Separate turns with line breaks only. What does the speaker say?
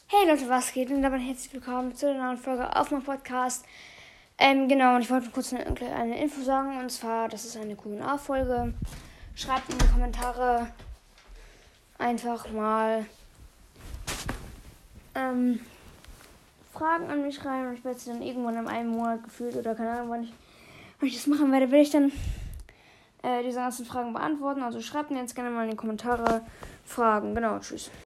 Hey Leute, was geht? Und damit herzlich willkommen zu einer neuen Folge auf meinem Podcast. Genau, und ich wollte kurz eine Info sagen, und zwar, das ist eine Q&A-Folge. Schreibt in die Kommentare einfach mal Fragen an mich rein, und ich werde sie dann irgendwann in einem Monat gefühlt oder keine Ahnung, wann ich das machen werde, will ich dann diese ganzen Fragen beantworten. Also schreibt mir jetzt gerne mal in die Kommentare Fragen. Genau, tschüss.